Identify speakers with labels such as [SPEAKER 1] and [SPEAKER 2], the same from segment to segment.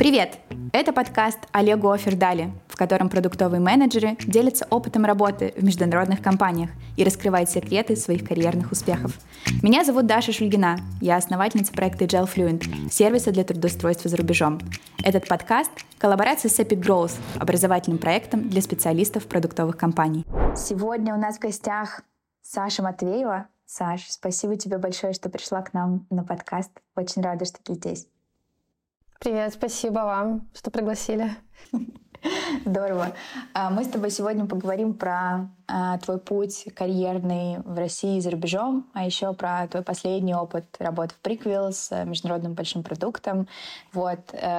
[SPEAKER 1] Привет! Это подкаст «Олегу оффер дали», в котором продуктовые менеджеры делятся опытом работы в международных компаниях и раскрывают секреты своих карьерных успехов. Меня зовут Даша Шульгина, я основательница проекта Agile Fluent, сервиса для трудоустройства за рубежом. Этот подкаст — коллаборация с Epic Growth, образовательным проектом для специалистов продуктовых компаний. Сегодня у нас в гостях Саша Матвеева. Саш, спасибо тебе большое, что пришла к нам на подкаст. Очень рада, что ты здесь.
[SPEAKER 2] Привет, спасибо вам, что пригласили.
[SPEAKER 1] Здорово. Мы с тобой сегодня поговорим про твой путь карьерный в России и за рубежом, а еще про твой последний опыт работы в Prequel с международным большим продуктом. Вот.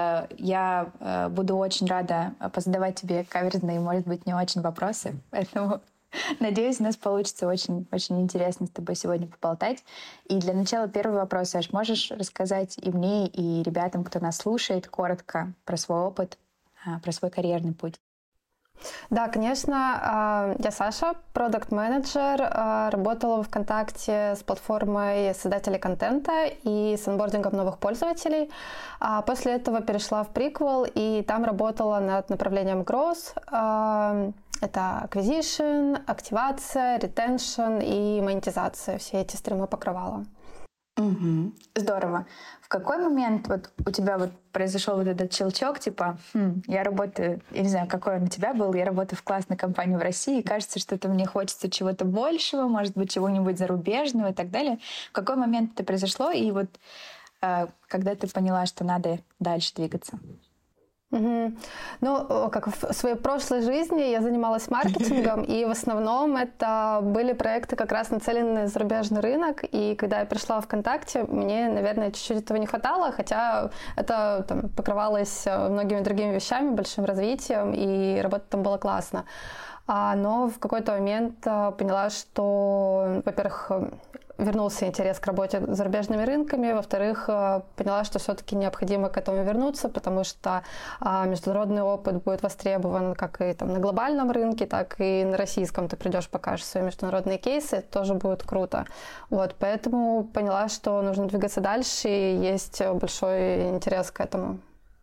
[SPEAKER 1] Я буду очень рада позадавать тебе каверзные, может быть, не очень вопросы, поэтому надеюсь, у нас получится очень интересно с тобой сегодня поболтать. И для начала первый вопрос, Саш, можешь рассказать и мне, и ребятам, кто нас слушает, коротко про свой опыт, про свой карьерный путь?
[SPEAKER 2] Да, конечно. Я Саша, продакт-менеджер, работала в ВКонтакте с платформой создателей контента и с онбордингом новых пользователей. После этого перешла в Prequel и там работала над направлением Growth. Это acquisition, активация, retention и монетизация. Все эти стримы покрывала.
[SPEAKER 1] Угу. Здорово. В какой момент вот у тебя вот произошел вот этот щелчок, типа, я работаю, я не знаю, какой он у тебя был, я работаю в классной компании в России, и кажется, что-то мне хочется чего-то большего, может быть, чего-нибудь зарубежного и так далее. В какой момент это произошло, и вот когда ты поняла, что надо дальше двигаться?
[SPEAKER 2] Угу. Ну, как в своей прошлой жизни я занималась маркетингом, и в основном это были проекты как раз нацеленные на зарубежный рынок, и когда я пришла в ВКонтакте, мне, наверное, чуть-чуть этого не хватало, хотя это там покрывалось многими другими вещами, большим развитием, и работать там было классно. Но в какой-то момент поняла, что, во-первых, вернулся интерес к работе с зарубежными рынками, во-вторых, поняла, что все-таки необходимо к этому вернуться, потому что международный опыт будет востребован как и там на глобальном рынке, так и на российском. Ты придешь, покажешь свои международные кейсы, это тоже будет круто. Вот, поэтому поняла, что нужно двигаться дальше, и есть большой интерес к этому.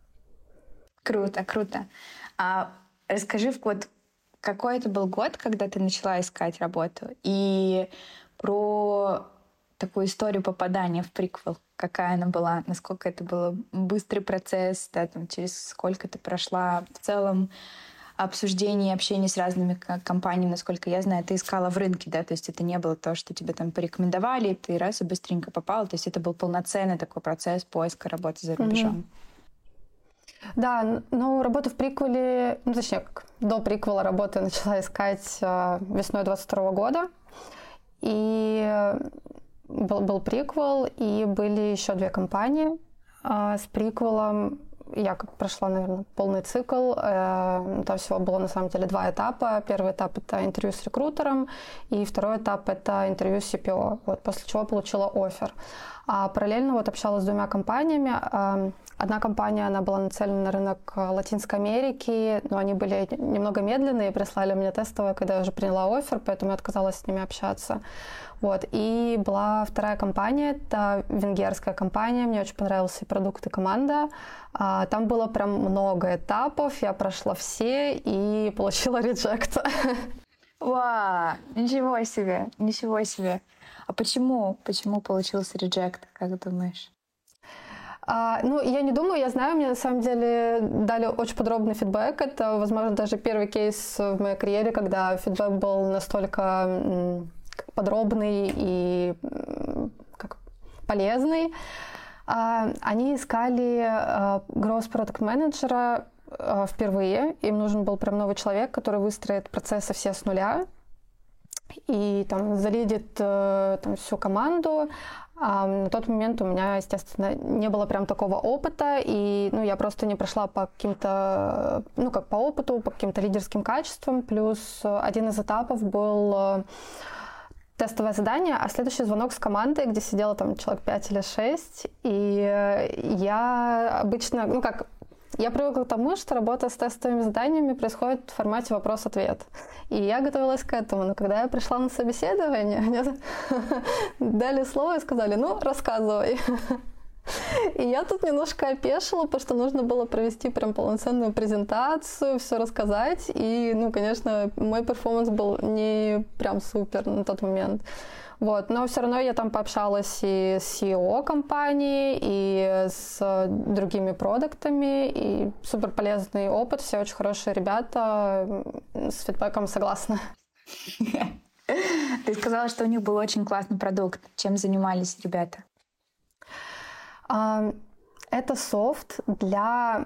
[SPEAKER 1] Круто, круто. Расскажи, вот какой это был год, когда ты начала искать работу, и про такую историю попадания в Prequel. Какая она была, насколько это был быстрый процесс, да, там, через сколько ты прошла в целом обсуждение, общение с разными компаниями, насколько я знаю, ты искала в рынке, да, то есть это не было то, что тебе там порекомендовали, ты раз и быстренько попала, то есть это был полноценный такой процесс поиска работы за рубежом.
[SPEAKER 2] Да, ну, работу в Prequel, ну, точнее, до Prequel работы начала искать весной 2022 года. И был Prequel, и были еще 2 компании. С Prequel я прошла, наверное, полный цикл. Там всего было, на самом деле, 2 этапа. Первый этап — это интервью с рекрутером, и второй этап — это интервью с CPO, вот, после чего получила оффер. А параллельно вот общалась с 2 компаниями. Одна компания, она была нацелена на рынок Латинской Америки, но они были немного медленные, прислали мне тестовое, когда я уже приняла оффер, поэтому я отказалась с ними общаться. Вот. И была вторая компания, это венгерская компания, мне очень понравился и продукт, и команда. Там было прям много этапов, я прошла все и получила реджект.
[SPEAKER 1] Вау, ничего себе, ничего себе. А почему получился реджект, как думаешь?
[SPEAKER 2] Ну, я не думаю, я знаю, мне на самом деле дали очень подробный фидбэк. Это, возможно, даже первый кейс в моей карьере, когда фидбэк был настолько подробный и полезный. Они искали growth product менеджера впервые. Им нужен был прям новый человек, который выстроит процессы все с нуля и там залидит там всю команду. На тот момент у меня, естественно, не было прям такого опыта, и я просто не прошла по каким-то, как по опыту, по каким-то лидерским качествам. Плюс один из этапов был тестовое задание, а следующий звонок с командой, где сидело там человек 5 или 6, и я обычно, я привыкла к тому, что работа с тестовыми заданиями происходит в формате вопрос-ответ. И я готовилась к этому. Но когда я пришла на собеседование, мне дали слово и сказали, рассказывай. И я тут немножко опешила, потому что нужно было провести прям полноценную презентацию, все рассказать. И, ну, конечно, мой перформанс был не прям супер на тот момент. Вот. Но все равно я там пообщалась и с CEO компании, и с другими продуктами, и супер полезный опыт, все очень хорошие ребята, с фидбэком согласна.
[SPEAKER 1] Ты сказала, что у них был очень классный продукт. Чем занимались ребята?
[SPEAKER 2] Это софт для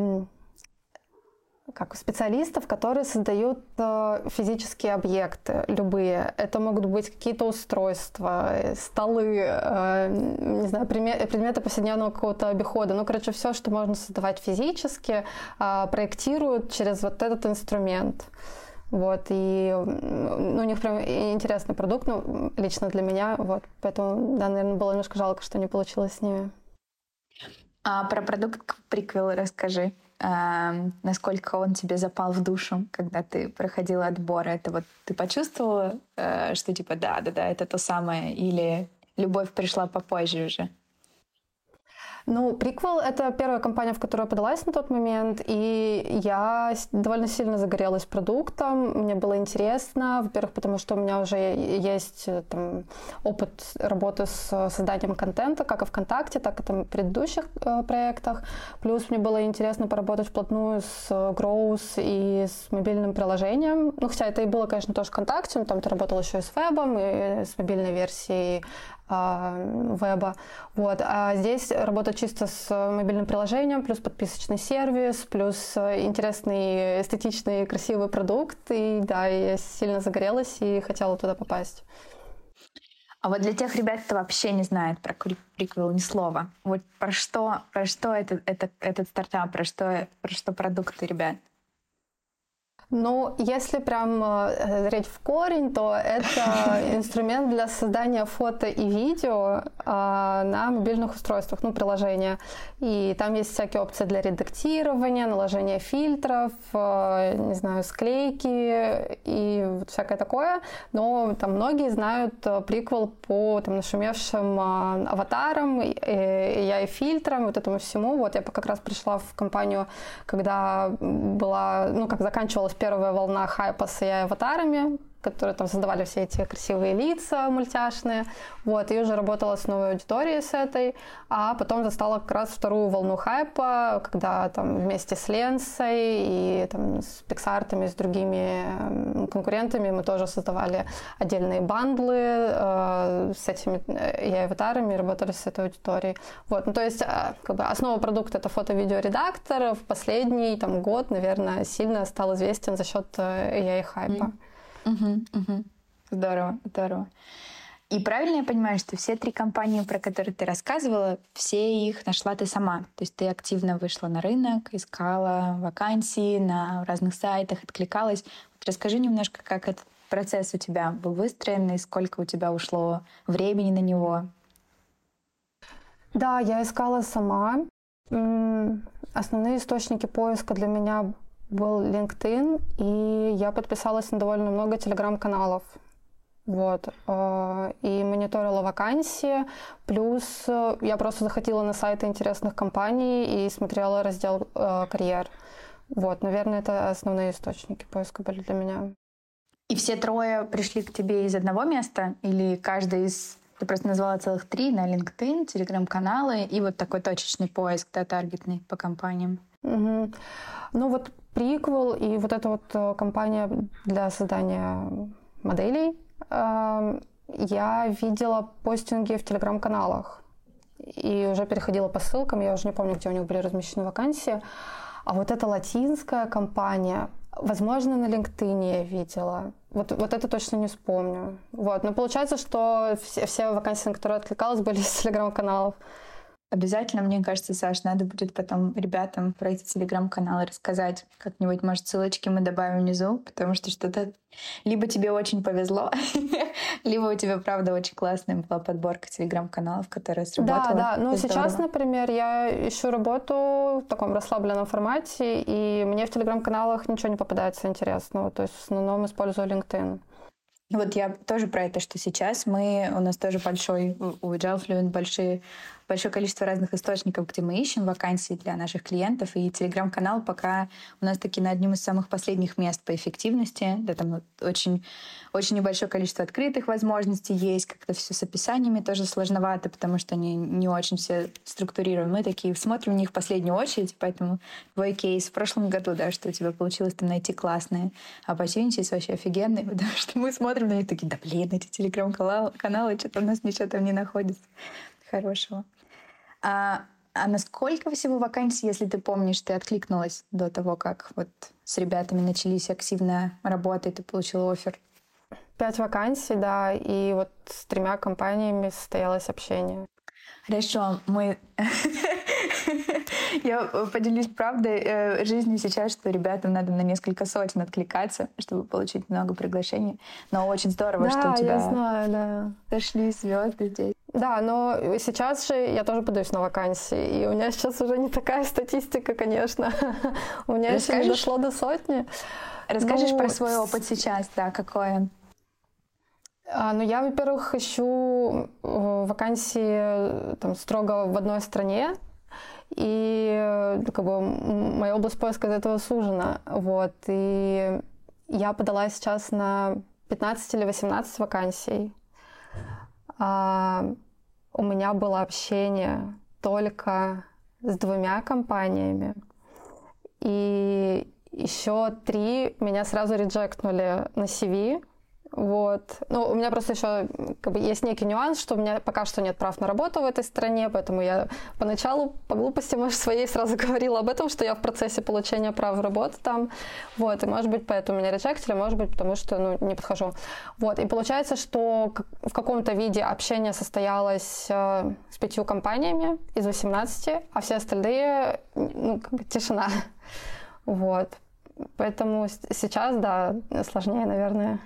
[SPEAKER 2] специалистов, которые создают физические объекты, любые. Это могут быть какие-то устройства, столы, не знаю, предметы повседневного какого-то обихода. Ну, короче, все, что можно создавать физически, проектируют через вот этот инструмент. Вот, и у них прям интересный продукт, ну, лично для меня, вот, поэтому, да, наверное, было немножко жалко, что не получилось с ними.
[SPEAKER 1] А про продукт Prequel расскажи. Насколько он тебе запал в душу, когда ты проходила отбор? Это вот ты почувствовала, что типа да, это то самое, или любовь пришла попозже уже?
[SPEAKER 2] Ну, Prequel — это первая компания, в которую я подалась на тот момент, и я довольно сильно загорелась продуктом. Мне было интересно, во-первых, потому что у меня уже есть там опыт работы с созданием контента, как и ВКонтакте, так и там в предыдущих проектах. Плюс мне было интересно поработать вплотную с Growth и с мобильным приложением. Ну, хотя это и было, конечно, тоже ВКонтакте, но там ты работал еще и с вебом, и с мобильной версией веба. Вот. А здесь работать чисто с мобильным приложением, плюс подписочный сервис, плюс интересный, эстетичный, красивый продукт. И да, я сильно загорелась и хотела туда попасть.
[SPEAKER 1] А вот для тех ребят, кто вообще не знает про Prequel ни слова, вот про что этот стартап, про что продукты ребят?
[SPEAKER 2] Ну, если прям смотреть в корень, то это инструмент для создания фото и видео на мобильных устройствах, ну, приложения. И там есть всякие опции для редактирования, наложения фильтров, не знаю, склейки и вот всякое такое. Но там многие знают Prequel по там нашумевшим аватарам, AI-фильтрам, вот этому всему. Вот я как раз пришла в компанию, когда была, ну, как заканчивалась первая волна хайпа с AI-аватарами, которые там создавали все эти красивые лица мультяшные. Вот, и уже работала с новой аудиторией с этой, а потом застала как раз вторую волну хайпа, когда там вместе с Ленсой и там с Pixart'ами, с другими конкурентами мы тоже создавали отдельные бандлы с этими AI-аватарами, работали с этой аудиторией. Вот, ну то есть как бы основа продукта — это фото-видеоредактор. В последний там год, наверное, сильно стал известен за счет AI-хайпа.
[SPEAKER 1] Здорово. И правильно я понимаю, что все 3 компании, про которые ты рассказывала, все их нашла ты сама? То есть ты активно вышла на рынок, искала вакансии на разных сайтах, откликалась. Вот расскажи немножко, как этот процесс у тебя был выстроен и сколько у тебя ушло времени на него.
[SPEAKER 2] Да, я искала сама. Основные источники поиска для меня был LinkedIn, и я подписалась на довольно много телеграм-каналов. Вот. И мониторила вакансии. Плюс я просто заходила на сайты интересных компаний и смотрела раздел карьер. Вот, наверное, это основные источники поиска были для меня.
[SPEAKER 1] И все 3 пришли к тебе из одного места? Или каждый из... Ты просто назвала целых 3 на LinkedIn, телеграм-каналы и вот такой точечный поиск, да, таргетный по компаниям?
[SPEAKER 2] Угу. Ну вот Prequel и вот эта вот компания для создания моделей, я видела постинги в телеграм-каналах и уже переходила по ссылкам, я уже не помню, где у них были размещены вакансии. А вот эта латинская компания, возможно, на LinkedIn я видела. Вот это точно не вспомню. Вот. Но получается, что все вакансии, на которые откликалась, были из телеграм-каналов.
[SPEAKER 1] Обязательно, мне кажется, Саш, надо будет потом ребятам про эти телеграм-каналы рассказать. Как-нибудь, может, ссылочки мы добавим внизу, потому что что-то... Либо тебе очень повезло, либо у тебя, правда, очень классная была подборка телеграм-каналов, которая сработала.
[SPEAKER 2] Да. Ну, сейчас, например, я ищу работу в таком расслабленном формате, и мне в телеграм-каналах ничего не попадается интересного. То есть в основном использую LinkedIn.
[SPEAKER 1] Вот я тоже про это, что сейчас у нас тоже большой, у Agile Fluent большие большое количество разных источников, где мы ищем вакансии для наших клиентов, и Телеграм-канал пока у нас таки на одном из самых последних мест по эффективности. Да, там очень, очень небольшое количество открытых возможностей есть, как-то все с описаниями тоже сложновато, потому что они не очень все структурированы. Мы такие смотрим на них в последнюю очередь, поэтому твой кейс в прошлом году, да, что у тебя получилось там найти классные opportunities вообще офигенные, потому что мы смотрим на них такие, да блин, эти Телеграм-каналы, что-то у нас ничего там не находится хорошего. А насколько всего вакансий, если ты помнишь, ты откликнулась до того, как вот с ребятами начались активно работы, ты получила оффер?
[SPEAKER 2] 5 вакансий, да, и вот с 3 компаниями состоялось общение.
[SPEAKER 1] Хорошо, я поделюсь правдой жизни сейчас, что ребятам надо на несколько сотен откликаться, чтобы получить много приглашений. Но очень здорово, что у тебя
[SPEAKER 2] я знаю, да.
[SPEAKER 1] Дошли звезды здесь.
[SPEAKER 2] Да, но сейчас же я тоже подаюсь на вакансии, и у меня сейчас уже не такая статистика, конечно. У меня еще не дошло до 100.
[SPEAKER 1] Расскажешь про свой опыт сейчас, да, какой он?
[SPEAKER 2] Ну, я, во-первых, ищу вакансии там, строго в одной стране, и как бы моя область поиска из этого сужена. Вот. И я подала сейчас на 15 или 18 вакансий. У меня было общение только с 2 компаниями, и еще 3 меня сразу реджектнули на CV. Вот. Ну, у меня просто еще как бы есть некий нюанс, что у меня пока что нет прав на работу в этой стране, поэтому я поначалу по глупости, может, своей сразу говорила об этом, что я в процессе получения прав работы там. Вот. И, может быть, поэтому меня реджектили, может быть, потому что, не подхожу. Вот. И получается, что в каком-то виде общение состоялось с 5 компаниями из 18, а все остальные, как бы тишина. Вот. Поэтому сейчас, да, сложнее, наверное.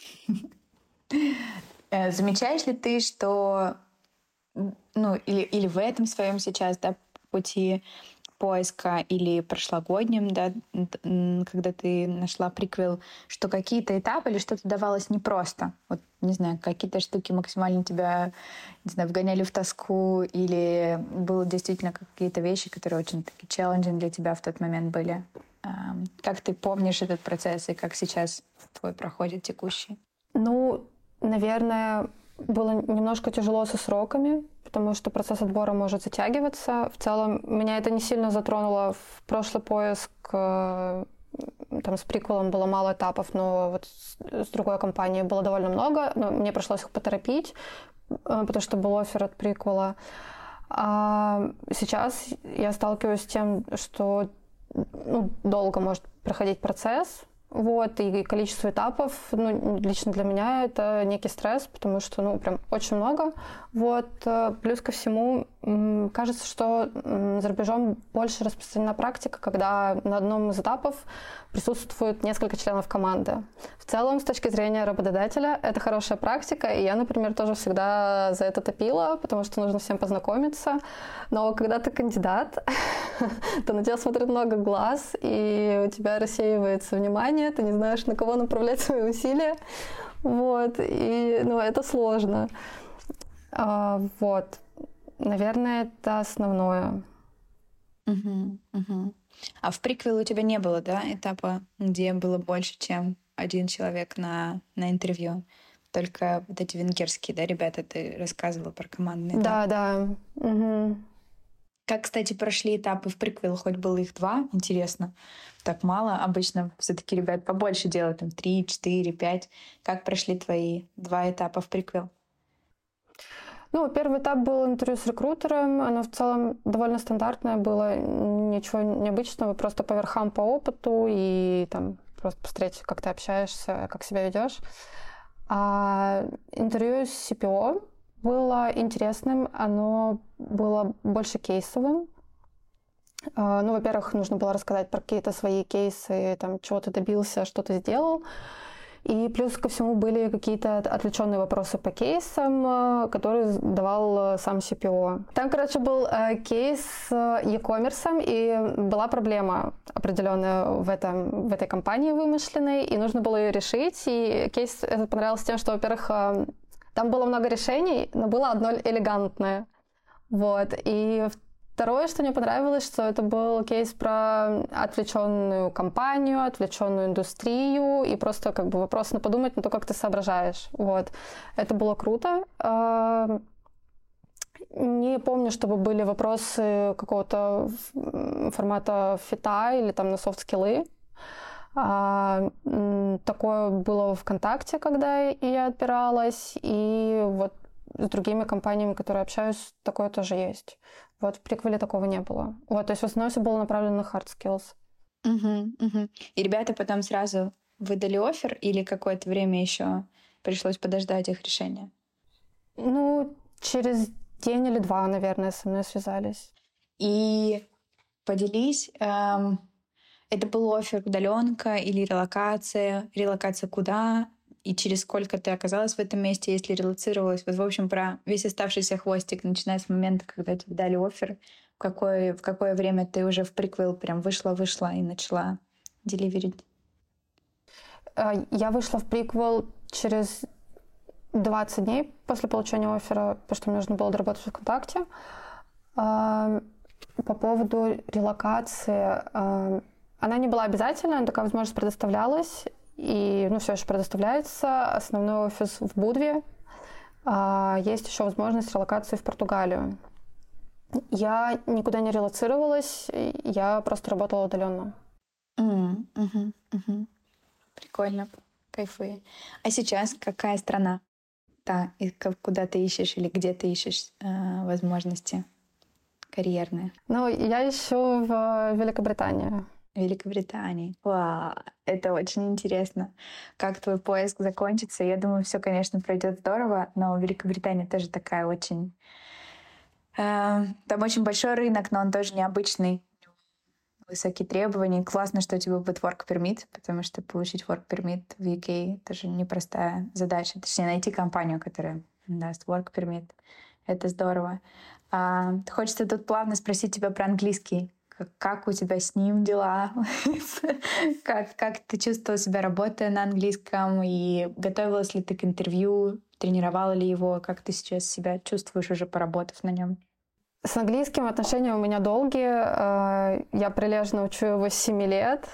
[SPEAKER 1] Замечаешь ли ты, что или в этом своем сейчас, да, пути поиска, или прошлогоднем, да, когда ты нашла приквел, что какие-то этапы или что-то давалось непросто? Вот, не знаю, какие-то штуки максимально тебя, не знаю, вгоняли в тоску, или было действительно какие-то вещи, которые очень такие челленджинг для тебя в тот момент были? Как ты помнишь этот процесс и как сейчас твой проходит текущий?
[SPEAKER 2] Наверное, было немножко тяжело со сроками, потому что процесс отбора может затягиваться. В целом, меня это не сильно затронуло. В прошлый поиск там с приквелом было мало этапов, но вот с другой компанией было довольно много. Но мне пришлось их поторопить, потому что был оффер от приквела. А сейчас я сталкиваюсь с тем, что долго может проходить процесс. Вот, и количество этапов, лично для меня это некий стресс, потому что, прям очень много. Вот, плюс ко всему, кажется, что за рубежом больше распространена практика, когда на одном из этапов присутствует несколько членов команды. В целом, с точки зрения работодателя, это хорошая практика, и я, например, тоже всегда за это топила, потому что нужно всем познакомиться. Но когда ты кандидат, то на тебя смотрит много глаз, и у тебя рассеивается внимание, ты не знаешь, на кого направлять свои усилия. Вот, и, это сложно. Вот, наверное, это основное.
[SPEAKER 1] А в приквеле у тебя не было, да, этапа, где было больше, чем один человек на интервью? Только вот эти венгерские, да, ребята, ты рассказывала про командные этапы.
[SPEAKER 2] Да. Угу.
[SPEAKER 1] Как, кстати, прошли этапы в приквел? Хоть было их 2, интересно. Так мало. Обычно все-таки ребят побольше делают, там 3, 4, 5. Как прошли твои 2 этапа в приквел?
[SPEAKER 2] Первый этап был интервью с рекрутером. Оно в целом довольно стандартное было, ничего необычного, просто по верхам по опыту и там просто посмотреть, как ты общаешься, как себя ведешь. А интервью с CPO было интересным, оно было больше кейсовым. Во-первых, нужно было рассказать про какие-то свои кейсы, там, чего ты добился, что ты сделал. И плюс ко всему были какие-то отвлеченные вопросы по кейсам, которые давал сам CPO. Там, был кейс с e-commerce, и была проблема определенная в этой компании вымышленной, и нужно было ее решить. И кейс этот понравился тем, что, во-первых, там было много решений, но было одно элегантное. Вот. И второе, что мне понравилось, что это был кейс про отвлеченную компанию, отвлеченную индустрию, и просто как бы вопрос на подумать на то, как ты соображаешь. Вот. Это было круто. Не помню, чтобы были вопросы какого-то формата фита или там на софт-скиллы. Такое было в ВКонтакте, когда я отбиралась, и вот с другими компаниями, которые общаюсь, такое тоже есть. Вот в приквеле такого не было. Вот, то есть в основном все было направлено на hard skills.
[SPEAKER 1] И ребята потом сразу выдали оффер или какое-то время еще пришлось подождать их решения?
[SPEAKER 2] Ну, через день или два, наверное, со мной связались.
[SPEAKER 1] И поделись, это был оффер удаленка или релокация? Релокация куда? И через сколько ты оказалась в этом месте, если релоцировалась? Вот, в общем, про весь оставшийся хвостик, начиная с момента, когда тебе дали оффер, в какое время ты уже в приквел прям вышла и начала деливерить?
[SPEAKER 2] Я вышла в приквел через 20 дней после получения оффера, потому что мне нужно было доработать в ВКонтакте. По поводу релокации, она не была обязательной, но такая возможность предоставлялась. И, все еще предоставляется. Основной офис в Будве. Есть еще возможность релокации в Португалию. Я никуда не релоцировалась, я просто работала удаленно.
[SPEAKER 1] Прикольно, кайфую. А сейчас какая страна? Да, и куда ты ищешь или где ты ищешь возможности карьерные?
[SPEAKER 2] Я ищу в Великобритании.
[SPEAKER 1] Великобритании. Вау, это очень интересно. Как твой поиск закончится? Я думаю, все, конечно, пройдет здорово, но Великобритания тоже такая очень... там очень большой рынок, но он тоже необычный. Высокие требования. Классно, что у тебя будет work permit, потому что получить work permit в UK тоже непростая задача. Точнее, найти компанию, которая даст work permit. Это здорово. Хочется тут плавно спросить тебя про английский. Как у тебя с ним дела? Как ты чувствовала себя, работая на английском? И готовилась ли ты к интервью? Тренировала ли его? Как ты сейчас себя чувствуешь, уже поработав на нем?
[SPEAKER 2] С английским отношения у меня долгие. Я прилежно учу его с 7 лет.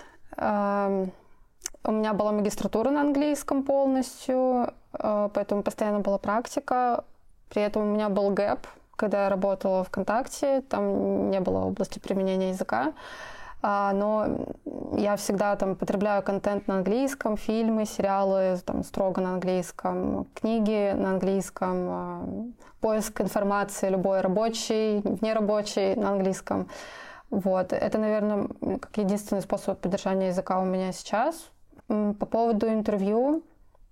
[SPEAKER 2] У меня была магистратура на английском полностью, поэтому постоянно была практика. При этом у меня был гэп, когда я работала в ВКонтакте, там не было области применения языка, но я всегда там потребляю контент на английском, фильмы, сериалы там строго на английском, книги на английском, поиск информации любой рабочий, внерабочий на английском. Вот. Это, наверное, как единственный способ поддержания языка у меня сейчас. По поводу интервью.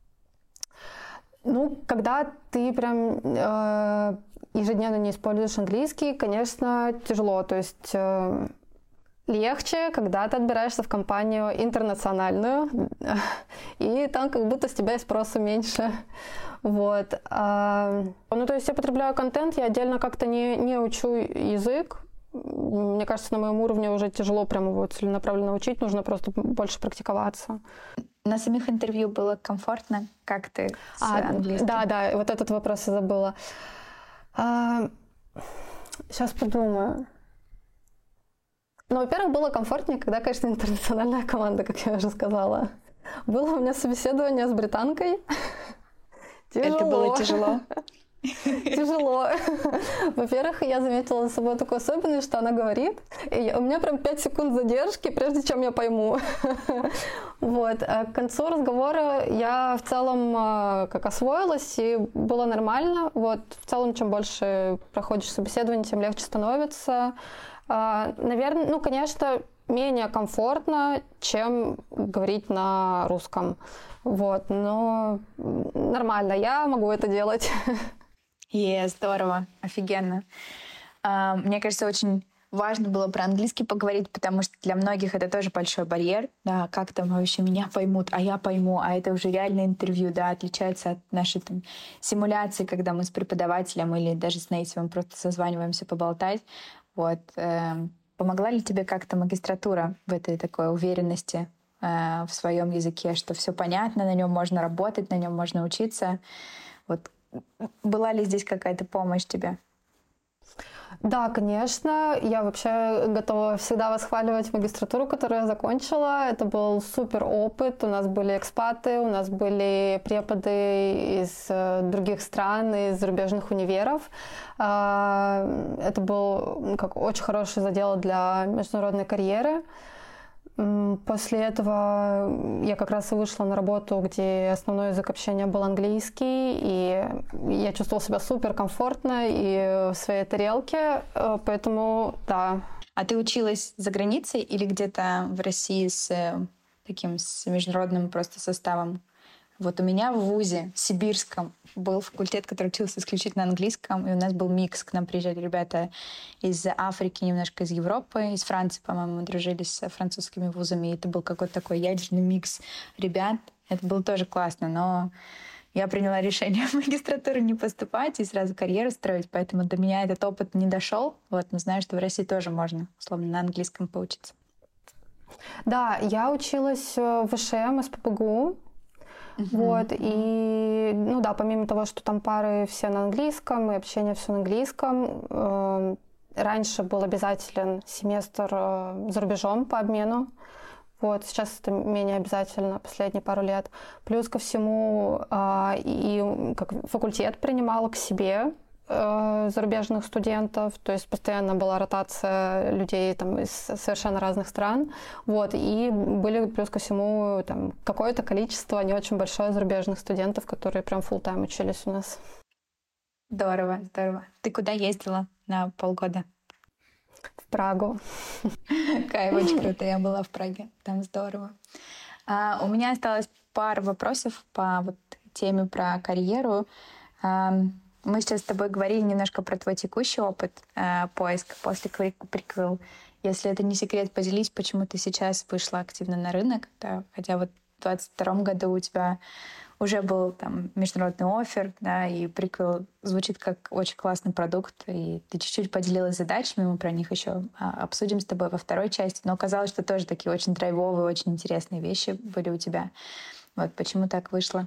[SPEAKER 2] Когда ты прям ежедневно не используешь английский, конечно, тяжело. То есть легче, когда ты отбираешься в компанию интернациональную, и там как будто с тебя и спроса меньше. Вот. То есть я потребляю контент, я отдельно как-то не учу язык. Мне кажется, на моем уровне уже тяжело прям его целенаправленно учить, нужно просто больше практиковаться.
[SPEAKER 1] На самих интервью было комфортно? Как ты с английским?
[SPEAKER 2] Да, вот этот вопрос я забыла. Сейчас подумаю. Во-первых, было комфортнее, когда, конечно, интернациональная команда, как я уже сказала. Было у меня собеседование с британкой.
[SPEAKER 1] Тяжело. Это было тяжело?
[SPEAKER 2] Тяжело. Во-первых, я заметила за собой такую особенность, что она говорит, и у меня прям 5 секунд задержки, прежде чем я пойму. Вот. А к концу разговора я в целом как освоилась, и было нормально. Вот. В целом, чем больше проходишь собеседование, тем легче становится. Наверное, конечно, менее комфортно, чем говорить на русском. Вот. Но нормально, я могу это делать.
[SPEAKER 1] Здорово, офигенно. Мне кажется, очень важно было про английский поговорить, потому что для многих это тоже большой барьер. Да, как там вообще меня поймут, а я пойму, а это уже реальное интервью, да, отличается от нашей там симуляции, когда мы с преподавателем или даже с нейтивом просто созваниваемся поболтать. Вот. Помогла ли тебе как-то магистратура в этой такой уверенности в своем языке, что все понятно, на нем можно работать, на нем можно учиться? Вот. Была ли здесь какая-то помощь тебе?
[SPEAKER 2] Да, конечно. Я вообще готова всегда восхваливать магистратуру, которую я закончила. Это был супер опыт. У нас были экспаты, у нас были преподы из других стран, из зарубежных универов. Это был очень хороший задел для международной карьеры. После этого я как раз и вышла на работу, где основной язык общения был английский, и я чувствовала себя супер комфортно и в своей тарелке, поэтому да.
[SPEAKER 1] А ты училась за границей или где-то в России с международным просто составом? Вот у меня в вузе сибирском был факультет, который учился исключительно на английском, и у нас был микс. К нам приезжали ребята из Африки, немножко из Европы, из Франции, по-моему, мы дружили с французскими вузами, и это был какой-то такой ядерный микс ребят. Это было тоже классно, но я приняла решение в магистратуру не поступать и сразу карьеру строить, поэтому до меня этот опыт не дошел. Вот, но знаю, что в России тоже можно, условно, на английском поучиться.
[SPEAKER 2] Да, я училась в ВШМ, СПбГУ. Вот, и, ну да, помимо того, что там пары все на английском, и общение все на английском, раньше был обязателен семестр за рубежом по обмену. Вот, сейчас это менее обязательно, последние пару лет. Плюс ко всему, и как факультет принимал к себе зарубежных студентов, то есть постоянно была ротация людей там, из совершенно разных стран, вот, и были плюс ко всему там, какое-то количество, не очень большое, зарубежных студентов, которые прям фулл-тайм учились у нас.
[SPEAKER 1] Здорово, здорово. Ты куда ездила на полгода?
[SPEAKER 2] В Прагу.
[SPEAKER 1] Кайф, очень круто, я была в Праге, там здорово. У меня осталось пара вопросов по вот теме про карьеру. Мы сейчас с тобой говорили немножко про твой текущий опыт поиска после Prequel. Если это не секрет, поделись, почему ты сейчас вышла активно на рынок, да? Хотя вот в 2022 году у тебя уже был там международный оффер, да, и Prequel звучит как очень классный продукт, и ты чуть-чуть поделилась задачами, мы про них еще обсудим с тобой во второй части, но оказалось, что тоже такие очень драйвовые, очень интересные вещи были у тебя. Вот почему так вышло?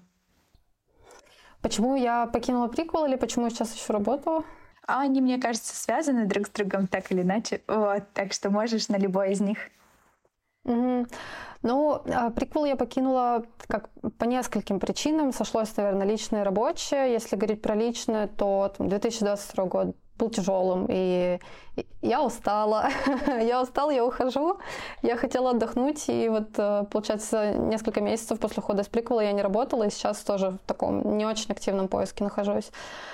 [SPEAKER 2] Почему я покинула Prequel или почему я сейчас еще работаю?
[SPEAKER 1] Они, мне кажется, связаны друг с другом так или иначе. Вот, так что можешь на любой из них.
[SPEAKER 2] Ну, Prequel я покинула как по нескольким причинам. Сошлось, наверное, личное и рабочее. Если говорить про личное, то 2022 год был тяжелым, и я устала. Я ухожу. Я хотела отдохнуть, и вот, получается, несколько месяцев после ухода с Prequel я не работала, и сейчас тоже в таком не очень активном поиске нахожусь.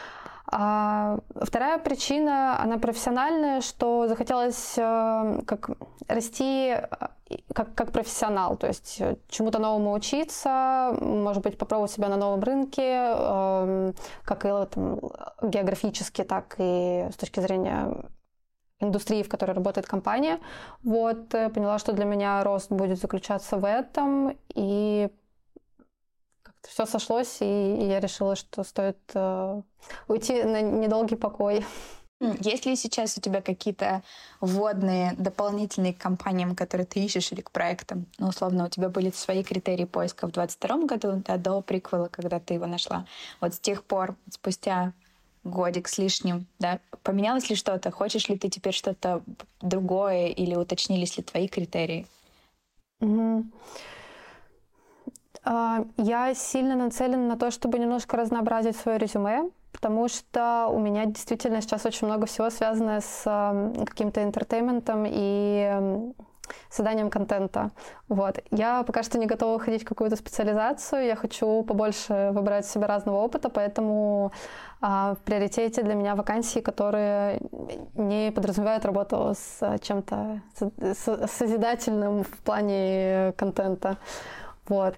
[SPEAKER 2] А вторая причина, она профессиональная, что захотелось как расти как профессионал, то есть чему-то новому учиться, может быть, попробовать себя на новом рынке, как и там, географически, так и с точки зрения индустрии, в которой работает компания. Вот, поняла, что для меня рост будет заключаться в этом, и все сошлось, и я решила, что стоит уйти на недолгий покой.
[SPEAKER 1] Есть ли сейчас у тебя какие-то вводные, дополнительные к компаниям, которые ты ищешь, или к проектам? Ну, условно, у тебя были свои критерии поиска в 2022 году, да, до Prequel, когда ты его нашла. Вот с тех пор, спустя годик с лишним, да, поменялось ли что-то? Хочешь ли ты теперь что-то другое, или уточнились ли твои критерии?
[SPEAKER 2] Я сильно нацелена на то, чтобы немножко разнообразить свое резюме, потому что у меня действительно сейчас очень много всего связано с каким-то интертейментом и созданием контента. Вот. Я пока что не готова уходить в какую-то специализацию, я хочу побольше выбрать себе разного опыта, поэтому в приоритете для меня вакансии, которые не подразумевают работу с чем-то созидательным в плане контента. Вот,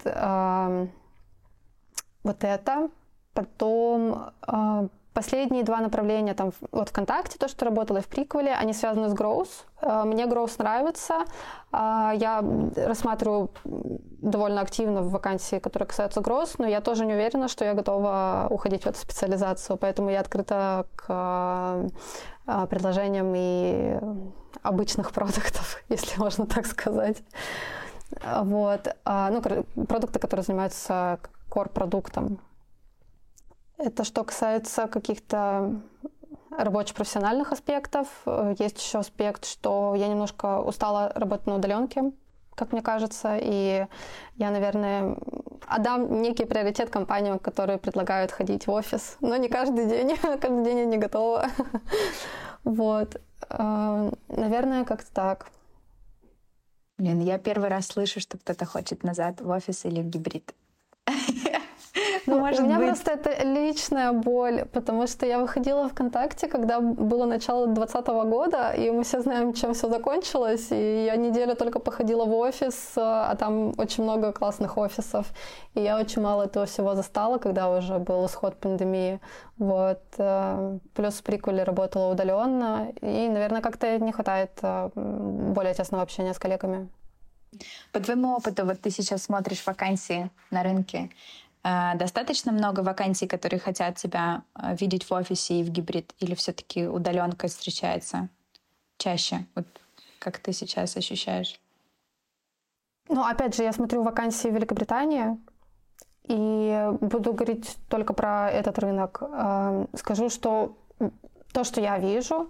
[SPEAKER 2] вот это. Потом последние два направления, там, вот ВКонтакте, то, что работало и в Prequel, они связаны с Growth. Мне Growth нравится. Я рассматриваю довольно активно в вакансии, которые касаются Growth, но я тоже не уверена, что я готова уходить в эту специализацию, поэтому я открыта к предложениям и обычных продуктов, если можно так сказать. Вот. Продукты, которые занимаются core-продуктом. Это что касается каких-то рабоче-профессиональных аспектов. Есть еще аспект, что я немножко устала работать на удаленке, как мне кажется, и я, наверное, отдам некий приоритет компаниям, которые предлагают ходить в офис, но не каждый день, каждый день я не готова. Вот. Наверное, как-то так.
[SPEAKER 1] Блин, я первый раз слышу, что кто-то хочет назад в офис или в гибрид.
[SPEAKER 2] У меня просто это личная боль, потому что я выходила ВКонтакте, когда было начало 2020 года, и мы все знаем, чем все закончилось, и я неделю только походила в офис, а там очень много классных офисов, и я очень мало этого всего застала, когда уже был исход пандемии. Вот. Плюс в Prequel работала удаленно, и, наверное, как-то не хватает более тесного общения с коллегами.
[SPEAKER 1] По твоему опыту, вот ты сейчас смотришь вакансии на рынке, достаточно много вакансий, которые хотят тебя видеть в офисе и в гибрид? Или все-таки удаленка встречается чаще? Вот как ты сейчас ощущаешь?
[SPEAKER 2] Ну, опять же, я смотрю вакансии в Великобритании и буду говорить только про этот рынок. Скажу, что то, что я вижу,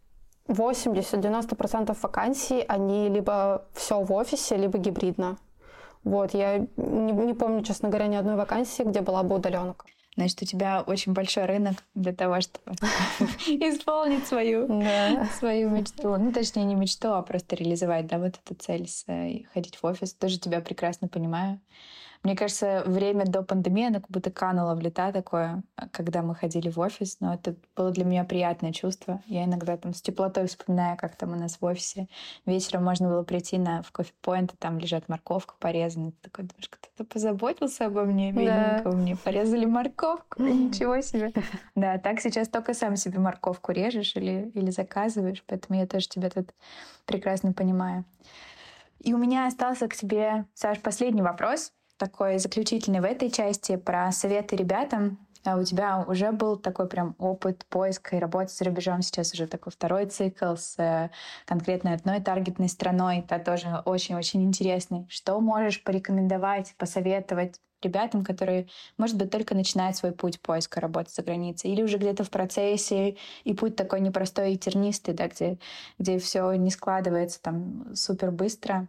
[SPEAKER 2] 80-90% вакансий, они либо все в офисе, либо гибридно. Вот, я не помню, честно говоря, ни одной вакансии, где была бы удаленка.
[SPEAKER 1] Значит, у тебя очень большой рынок для того, чтобы исполнить свою мечту. Ну, точнее, не мечту, а просто реализовать, да, вот эту цель, ходить в офис. Тоже тебя прекрасно понимаю. Мне кажется, время до пандемии, оно как будто кануло в лета такое, когда мы ходили в офис, но это было для меня приятное чувство. Я иногда там с теплотой вспоминаю, как там у нас в офисе вечером можно было прийти в кофе-пойнт, и там лежит морковка порезанная. Ты такой думаешь, кто-то позаботился обо мне, бедненького, мне порезали морковку, ничего себе. Да, так сейчас только сам себе морковку режешь или заказываешь, поэтому я тоже тебя тут прекрасно понимаю. И у меня остался к тебе, Саш, последний вопрос, такой заключительный в этой части, про советы ребятам. У тебя уже был такой прям опыт поиска и работы за рубежом, сейчас уже такой второй цикл с конкретно одной таргетной страной. Это тоже очень-очень интересный. Что можешь порекомендовать, посоветовать ребятам, которые, может быть, только начинают свой путь поиска работы за границей, или уже где-то в процессе, и путь такой непростой и тернистый, да, где все не складывается там супер быстро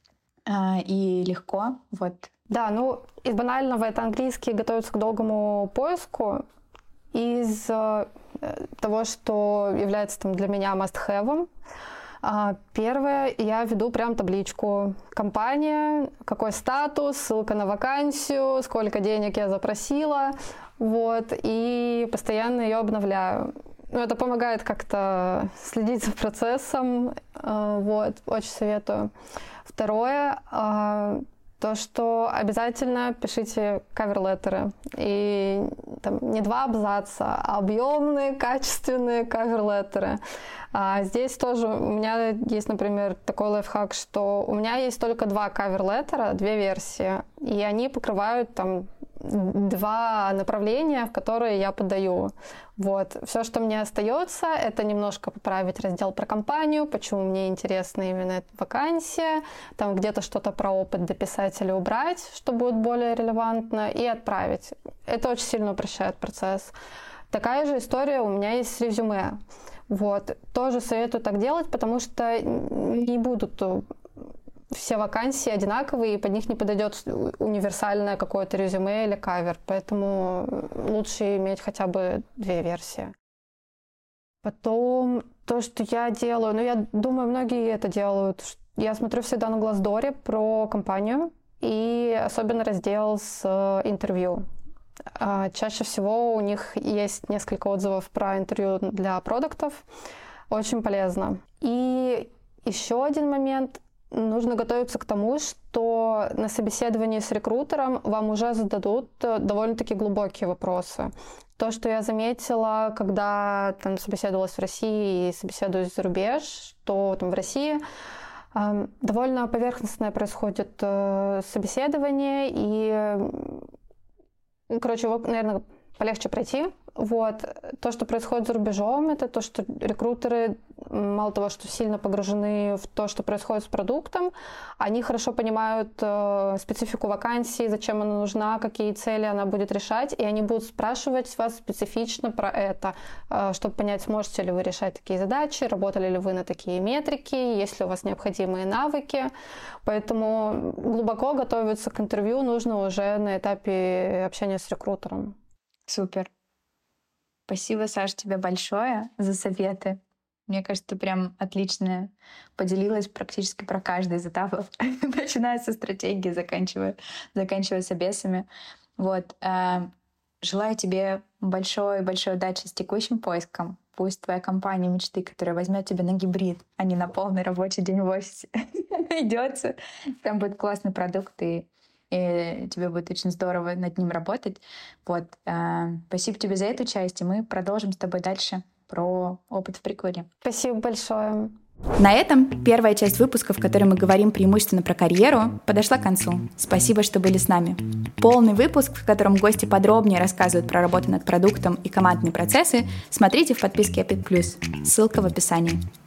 [SPEAKER 1] и легко. Вот.
[SPEAKER 2] Да, ну, из банального это английский готовится к долгому поиску. Из того, что является там для меня must-have. Первое, я веду прям табличку. Компания, какой статус, ссылка на вакансию, сколько денег я запросила. Вот, и постоянно ее обновляю. Ну, это помогает как-то следить за процессом. Вот, очень советую. Второе, то, что обязательно пишите кавер-леттеры. И там не 2 абзаца, а объемные, качественные кавер-леттеры. Здесь тоже у меня есть, например, такой лайфхак, что у меня есть только 2 кавер-леттера, 2 версии, и они покрывают там 2 направления, в которые я подаю. Вот. Все, что мне остается, это немножко поправить раздел про компанию, почему мне интересна именно эта вакансия, там где-то что-то про опыт дописать или убрать, что будет более релевантно, и отправить. Это очень сильно упрощает процесс. Такая же история у меня есть с резюме. Вот. Тоже советую так делать, потому что не будут все вакансии одинаковые, и под них не подойдет универсальное какое-то резюме или кавер. Поэтому лучше иметь хотя бы 2 версии. Потом то, что я делаю, я думаю, многие это делают. Я смотрю всегда на Glassdoor про компанию, и особенно раздел с интервью. Чаще всего у них есть несколько отзывов про интервью для продуктов. Очень полезно. И еще один момент. Нужно готовиться к тому, что на собеседовании с рекрутером вам уже зададут довольно-таки глубокие вопросы. То, что я заметила, когда там собеседовалась в России и собеседуюсь за рубеж, что там в России довольно поверхностное происходит собеседование, и, короче, его, наверное, полегче пройти, Вот. То, что происходит за рубежом, это то, что рекрутеры, мало того, что сильно погружены в то, что происходит с продуктом, они хорошо понимают специфику вакансии, зачем она нужна, какие цели она будет решать, и они будут спрашивать вас специфично про это, чтобы понять, сможете ли вы решать такие задачи, работали ли вы на такие метрики, есть ли у вас необходимые навыки. Поэтому глубоко готовиться к интервью нужно уже на этапе общения с рекрутером.
[SPEAKER 1] Супер. Спасибо, Саша, тебе большое за советы. Мне кажется, ты прям отлично поделилась практически про каждый из этапов, начиная со стратегии, заканчивая собесами. Вот. Желаю тебе большой-большой удачи с текущим поиском. Пусть твоя компания мечты, которая возьмет тебя на гибрид, а не на полный рабочий день в офисе, найдется. Там будет классный продукт, и тебе будет очень здорово над ним работать. Вот. Спасибо тебе за эту часть, и мы продолжим с тобой дальше про опыт в приквеле.
[SPEAKER 2] Спасибо большое.
[SPEAKER 1] На этом первая часть выпуска, в которой мы говорим преимущественно про карьеру, подошла к концу. Спасибо, что были с нами. Полный выпуск, в котором гости подробнее рассказывают про работу над продуктом и командные процессы, смотрите в подписке Epic+. Ссылка в описании.